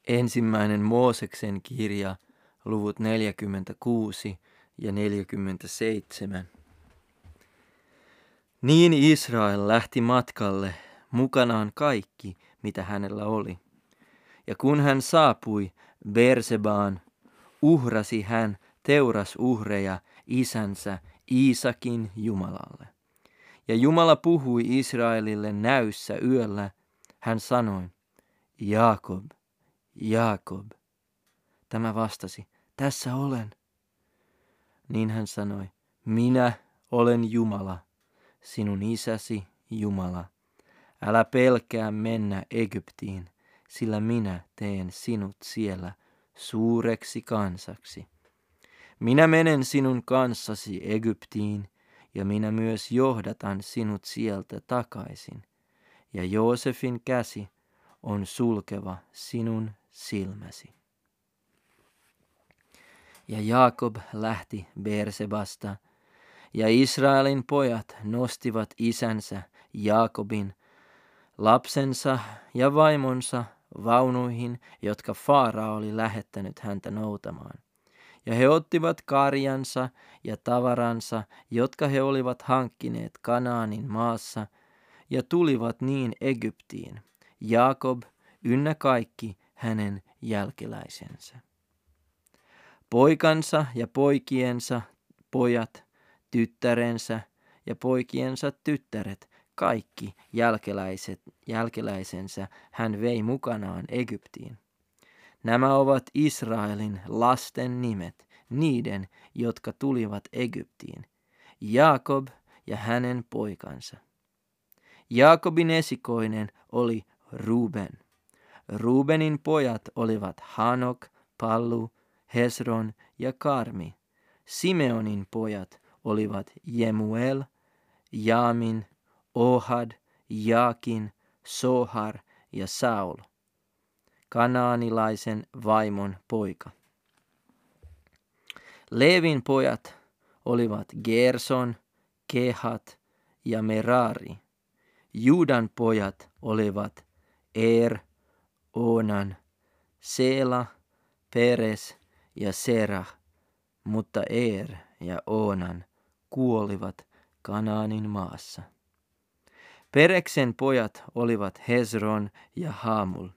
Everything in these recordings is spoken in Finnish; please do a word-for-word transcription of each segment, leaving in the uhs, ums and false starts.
Ensimmäinen Mooseksen kirja, luvut neljäkymmentäkuusi ja neljäkymmentäseitsemän. Niin Israel lähti matkalle, mukanaan kaikki, mitä hänellä oli. Ja kun hän saapui Beersebaan, uhrasi hän teurasuhreja isänsä Iisakin Jumalalle. Ja Jumala puhui Israelille näyssä yöllä. Hän sanoi, Jaakob, Jaakob. Tämä vastasi, tässä olen. Niin hän sanoi, minä olen Jumala, sinun isäsi Jumala. Älä pelkää mennä Egyptiin, sillä minä teen sinut siellä suureksi kansaksi. Minä menen sinun kanssasi Egyptiin, ja minä myös johdatan sinut sieltä takaisin. Ja Joosefin käsi on sulkeva sinun silmäsi. Ja Jaakob lähti Beersebasta, ja Israelin pojat nostivat isänsä Jaakobin, lapsensa ja vaimonsa vaunuihin, jotka Faarao oli lähettänyt häntä noutamaan. Ja he ottivat karjansa ja tavaransa, jotka he olivat hankkineet Kanaanin maassa, ja tulivat niin Egyptiin, Jaakob ynnä kaikki hänen jälkeläisensä. Poikansa ja poikiensa pojat, tyttärensä ja poikiensa tyttäret, kaikki jälkeläiset, jälkeläisensä hän vei mukanaan Egyptiin. Nämä ovat Israelin lasten nimet, niiden, jotka tulivat Egyptiin, Jaakob ja hänen poikansa. Jaakobin esikoinen oli Ruben. Rubenin pojat olivat Hanok, Pallu, Hesron ja Karmi. Simeonin pojat olivat Jemuel, Jaamin, Ohad, Jaakin, Sohar ja Saul, kanaanilaisen vaimon poika. Leevin pojat olivat Gerson, Kehat ja Merari. Juudan pojat olivat Er, Onan, Seela, Peres ja Serah, mutta Er ja Onan kuolivat Kanaanin maassa. Pereksen pojat olivat Hezron ja Hamul.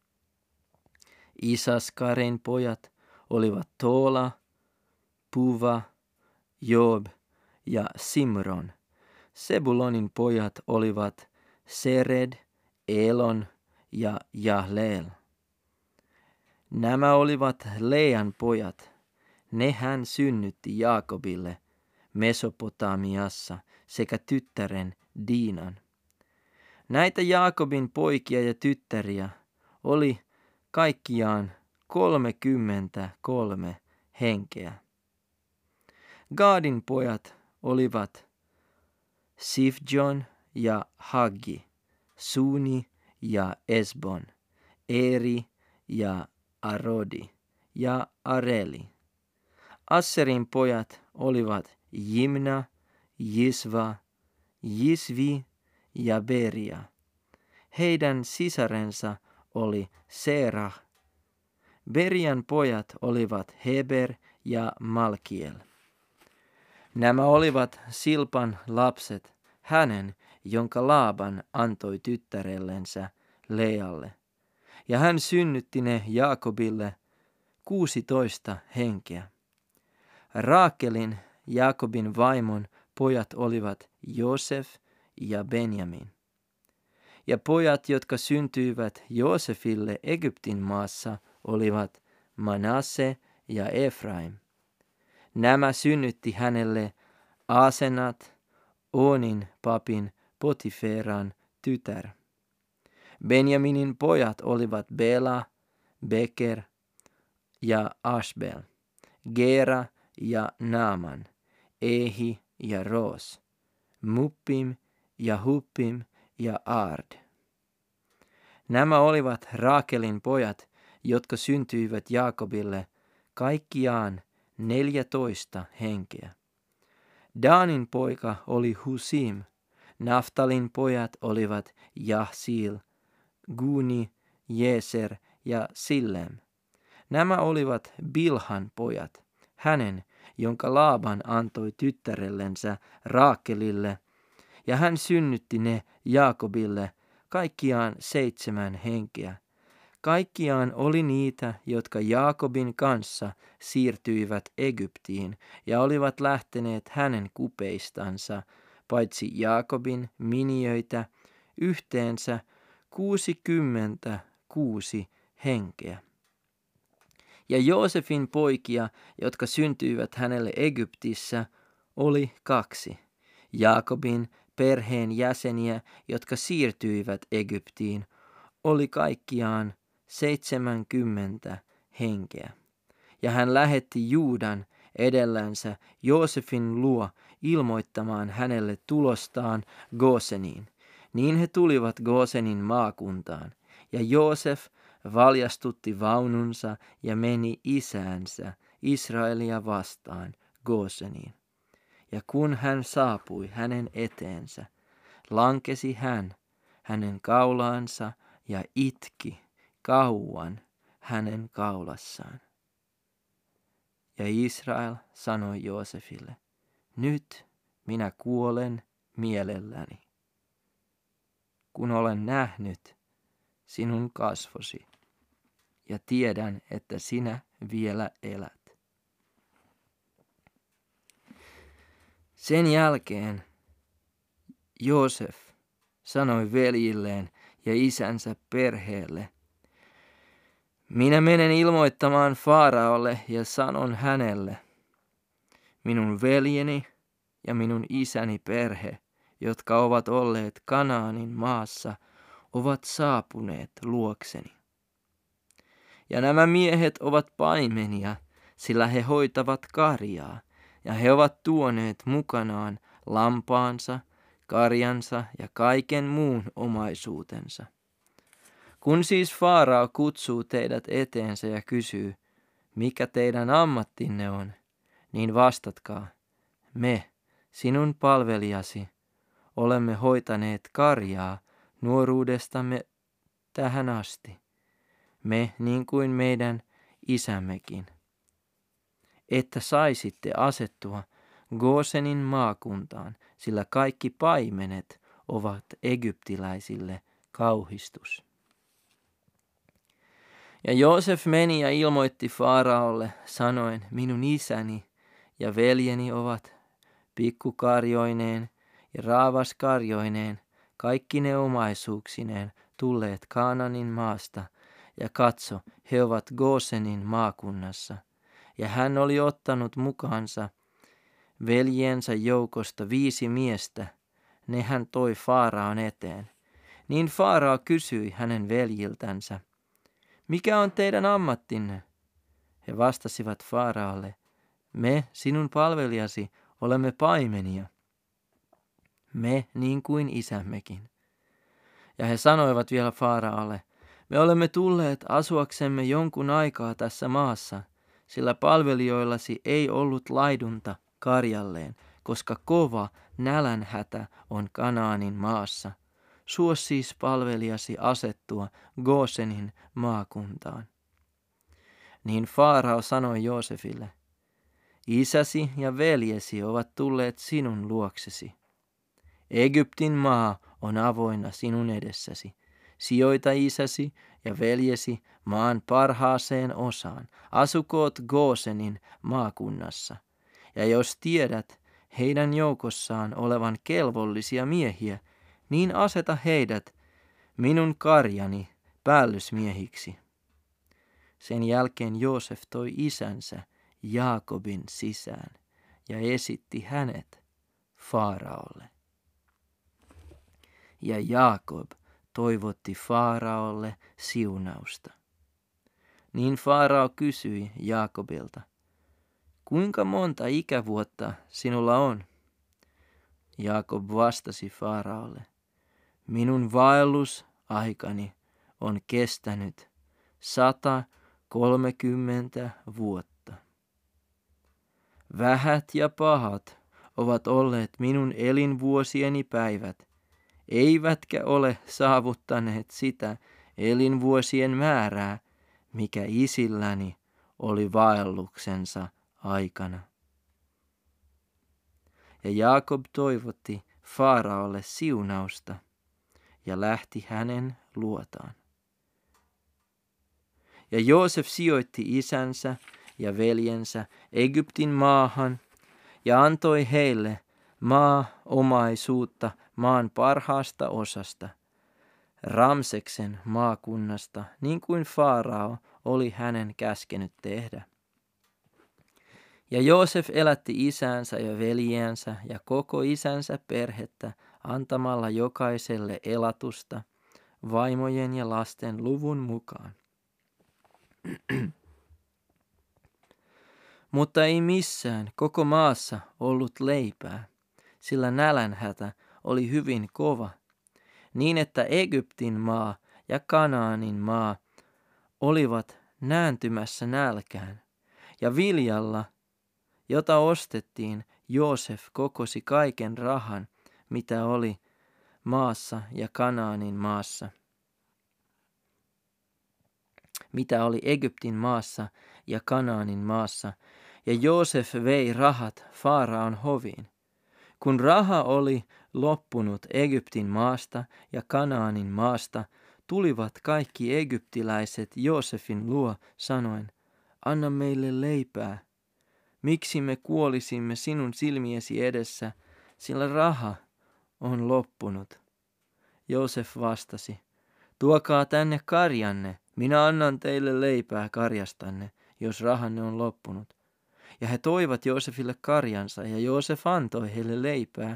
Isaskarin pojat olivat Tola, Puva, Job ja Simron. Sebulonin pojat olivat Sered, Elon ja Jahleel. Nämä olivat Lean pojat. Ne hän synnytti Jaakobille Mesopotamiassa sekä tyttären Diinan. Näitä Jaakobin poikia ja tyttäriä oli kaikkiaan kolmekymmentäkolme henkeä. Gaadin pojat olivat Sifjon ja Haggi, Suni ja Esbon, Eri ja Arodi ja Areli. Asserin pojat olivat Jimna, Jisva, Jisvi ja Beria. Heidän sisarensa oli Serah. Berian pojat olivat Heber ja Malkiel. Nämä olivat Silpan lapset, hänen, jonka Laaban antoi tyttärellensä Lealle. Ja hän synnytti ne Jaakobille kuusitoista henkeä. Raakelin, Jaakobin vaimon, pojat olivat Joosef ja Benjamin. Ja pojat, jotka syntyivät Joosefille Egyptin maassa, olivat Manasse ja Efraim. Nämä synnytti hänelle Asenat, Oonin papin Potiferan tytär. Benjaminin pojat olivat Bela, Beker ja Ashbel, Gera ja Naaman, Ehi ja Roos, Muppim ja Huppim ja Ard. Nämä olivat Raakelin pojat, jotka syntyivät Jaakobille kaikkiaan neljätoista henkeä. Daanin poika oli Husim, Naftalin pojat olivat Jahsil, Guni, Jeser ja Sillem. Nämä olivat Bilhan pojat, hänen, jonka Laaban antoi tyttärellensä Raakelille, ja hän synnytti ne Jaakobille, kaikkiaan seitsemän henkeä. Kaikkiaan oli niitä, jotka Jaakobin kanssa siirtyivät Egyptiin ja olivat lähteneet hänen kupeistansa, paitsi Jaakobin miniöitä, yhteensä kuusikymmentäkuusi henkeä. Ja Joosefin poikia, jotka syntyivät hänelle Egyptissä, oli kaksi. Jaakobin perheen jäseniä, jotka siirtyivät Egyptiin, oli kaikkiaan seitsemänkymmentä henkeä. Ja hän lähetti Juudan edellänsä Joosefin luo ilmoittamaan hänelle tulostaan Gooseniin. Niin he tulivat Goosenin maakuntaan, ja Joosef valjastutti vaununsa ja meni isäänsä Israelia vastaan Gooseniin. Ja kun hän saapui hänen eteensä, lankesi hän hänen kaulaansa ja itki kauan hänen kaulassaan. Ja Israel sanoi Joosefille, nyt minä kuolen mielelläni, kun olen nähnyt sinun kasvosi ja tiedän, että sinä vielä elät. Sen jälkeen Joosef sanoi veljilleen ja isänsä perheelle, minä menen ilmoittamaan Faaraolle ja sanon hänelle, minun veljeni ja minun isäni perhe, jotka ovat olleet Kanaanin maassa, ovat saapuneet luokseni. Ja nämä miehet ovat paimenia, sillä he hoitavat karjaa, ja he ovat tuoneet mukanaan lampaansa, karjansa ja kaiken muun omaisuutensa. Kun siis Faarao kutsuu teidät eteensä ja kysyy, mikä teidän ammattinne on, niin vastatkaa, me, sinun palvelijasi, olemme hoitaneet karjaa nuoruudestamme tähän asti, me niin kuin meidän isämmekin, että saisitte asettua Goosenin maakuntaan, sillä kaikki paimenet ovat egyptiläisille kauhistus. Ja Joosef meni ja ilmoitti Faaraolle, sanoen, minun isäni ja veljeni ovat pikkukarjoineen ja raavaskarjoineen, kaikki ne omaisuuksineen tulleet Kaananin maasta, ja katso, he ovat Goosenin maakunnassa. Ja hän oli ottanut mukaansa veljensä joukosta viisi miestä, ne hän toi Faaraon eteen. Niin Faarao kysyi hänen veljiltänsä, mikä on teidän ammattinne? He vastasivat Faaraolle, me, sinun palvelijasi, olemme paimenia. Me niin kuin isämmekin. Ja he sanoivat vielä Faaraolle, me olemme tulleet asuaksemme jonkun aikaa tässä maassa, sillä palvelijoillasi ei ollut laidunta karjalleen, koska kova nälänhätä on Kanaanin maassa. Suo siis palvelijasi asettua Goosenin maakuntaan. Niin Faarao sanoi Joosefille, isäsi ja veljesi ovat tulleet sinun luoksesi. Egyptin maa on avoinna sinun edessäsi. Sijoita isäsi ja veljesi maan parhaaseen osaan. Asukoot Goosenin maakunnassa. Ja jos tiedät heidän joukossaan olevan kelvollisia miehiä, niin aseta heidät minun karjani päällysmiehiksi. Sen jälkeen Joosef toi isänsä Jaakobin sisään ja esitti hänet Faaraolle. Ja Jaakob toivotti Faaraolle siunausta. Niin Faarao kysyi Jaakobilta, kuinka monta ikävuotta sinulla on? Jaakob vastasi Faaraolle, minun vaellusaikani on kestänyt sata kolmekymmentä vuotta. Vähät ja pahat ovat olleet minun elinvuosieni päivät, eivätkä ole saavuttaneet sitä elinvuosien määrää, mikä isilläni oli vaelluksensa aikana. Ja Jaakob toivotti Faaraolle siunausta ja lähti hänen luotaan. Ja Joosef sijoitti isänsä ja veljensä Egyptin maahan ja antoi heille maa-omaisuutta maan parhaasta osasta, Ramseksen maakunnasta, niin kuin Faarao oli hänen käskenyt tehdä. Ja Joosef elätti isänsä ja veljiänsä ja koko isänsä perhettä antamalla jokaiselle elatusta vaimojen ja lasten luvun mukaan. Mutta ei missään koko maassa ollut leipää, sillä nälänhätä oli hyvin kova, niin että Egyptin maa ja Kanaanin maa olivat nääntymässä nälkään, ja viljalla, jota ostettiin, Joosef kokosi kaiken rahan, mitä oli maassa ja Kanaanin maassa, mitä oli Egyptin maassa ja Kanaanin maassa, ja Joosef vei rahat Faaraon hoviin. Kun raha oli loppunut Egyptin maasta ja Kanaanin maasta, tulivat kaikki egyptiläiset Joosefin luo sanoen, anna meille leipää. Miksi me kuolisimme sinun silmiesi edessä, sillä raha on loppunut? Joosef vastasi, tuokaa tänne karjanne, minä annan teille leipää karjastanne, jos rahanne on loppunut. Ja he toivat Joosefille karjansa, ja Joosef antoi heille leipää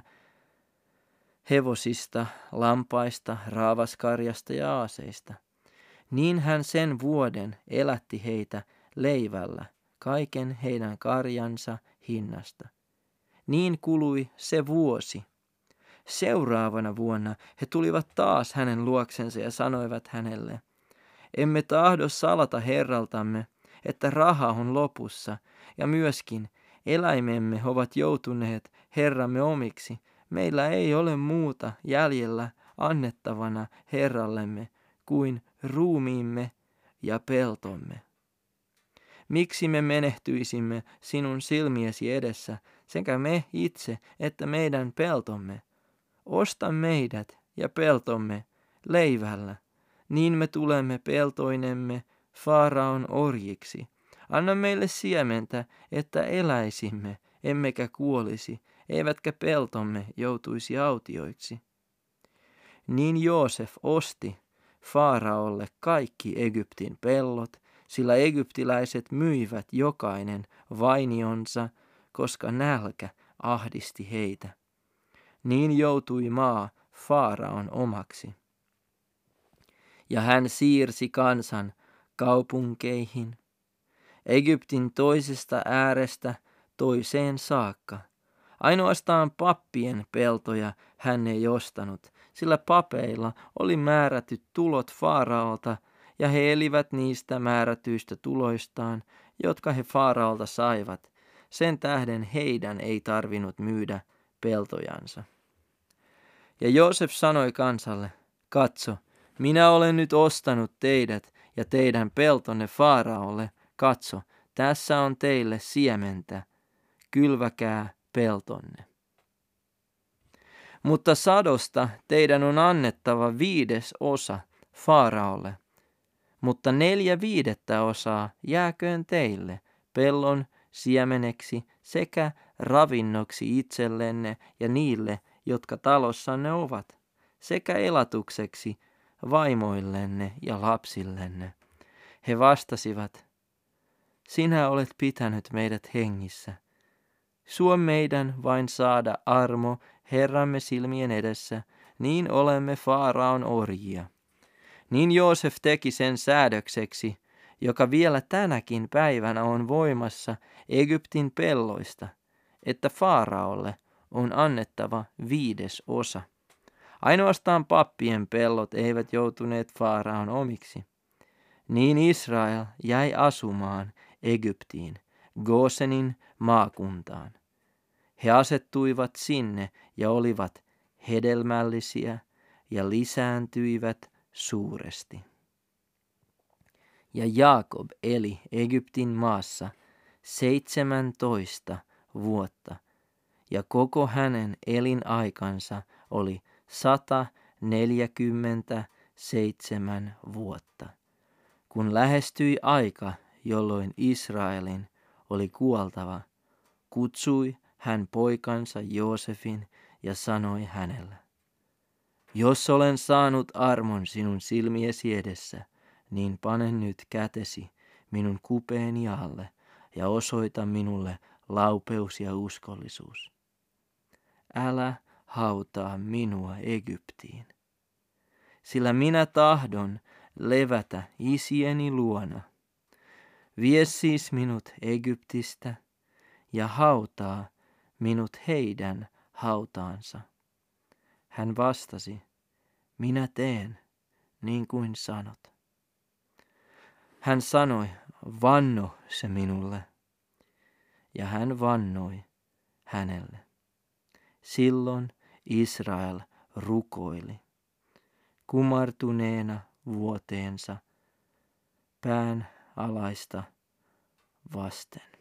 hevosista, lampaista, raavaskarjasta ja aaseista. Niin hän sen vuoden elätti heitä leivällä, kaiken heidän karjansa hinnasta. Niin kului se vuosi. Seuraavana vuonna he tulivat taas hänen luoksensa ja sanoivat hänelle, emme tahdo salata herraltamme, että raha on lopussa, ja myöskin eläimemme ovat joutuneet herramme omiksi. Meillä ei ole muuta jäljellä annettavana herrallemme kuin ruumiimme ja peltomme. Miksi me menehtyisimme sinun silmiesi edessä, sekä me itse että meidän peltomme? Osta meidät ja peltomme leivällä, niin me tulemme peltoinemme Faaraon orjiksi. Anna meille siementä, että eläisimme, emmekä kuolisi, eivätkä peltomme joutuisi autioiksi. Niin Joosef osti Faaraolle kaikki Egyptin pellot, sillä egyptiläiset myivät jokainen vainionsa, koska nälkä ahdisti heitä. Niin joutui maa Faaraon omaksi. Ja hän siirsi kansan kaupunkeihin, Egyptin toisesta äärestä toiseen saakka. Ainoastaan pappien peltoja hän ei ostanut, sillä papeilla oli määrätyt tulot Faaraolta, ja he elivät niistä määrätyistä tuloistaan, jotka he Faaraolta saivat. Sen tähden heidän ei tarvinnut myydä peltojansa. Ja Joosef sanoi kansalle, katso, minä olen nyt ostanut teidät ja teidän peltonne Faaraolle. Katso, tässä on teille siementä, kylväkää peltonne. Mutta sadosta teidän on annettava viides osa Faaraolle, mutta neljä viidettä osaa jääköön teille pellon siemeneksi sekä ravinnoksi itsellenne ja niille, jotka talossanne ovat, sekä elatukseksi vaimoillenne ja lapsillenne. He vastasivat, sinä olet pitänyt meidät hengissä. Suo meidän vain saada armo Herramme silmien edessä, niin olemme Faaraon orjia. Niin Joosef teki sen säädökseksi, joka vielä tänäkin päivänä on voimassa Egyptin pelloista, että Faaraolle on annettava viides osa. Ainoastaan pappien pellot eivät joutuneet Faaraon omiksi. Niin Israel jäi asumaan Egyptiin, Goosenin maakuntaan. He asettuivat sinne ja olivat hedelmällisiä ja lisääntyivät suuresti. Ja Jaakob eli Egyptin maassa seitsemäntoista vuotta, ja koko hänen elinaikansa oli sata neljäkymmentäseitsemän vuotta. Kun lähestyi aika, jolloin Israelin oli kuoltava, kutsui hän poikansa Joosefin ja sanoi hänelle: jos olen saanut armon sinun silmiesi edessä, niin pane nyt kätesi minun kupeeni alle ja osoita minulle laupeus ja uskollisuus. Älä hautaa minua Egyptiin, sillä minä tahdon levätä isieni luona. Vie siis minut Egyptistä ja hautaa minut heidän hautaansa. Hän vastasi: minä teen niin kuin sanot. Hän sanoi: vanno se minulle. Ja hän vannoi hänelle. Silloin Israel rukoili kumartuneena vuoteensa pään alaista vasten.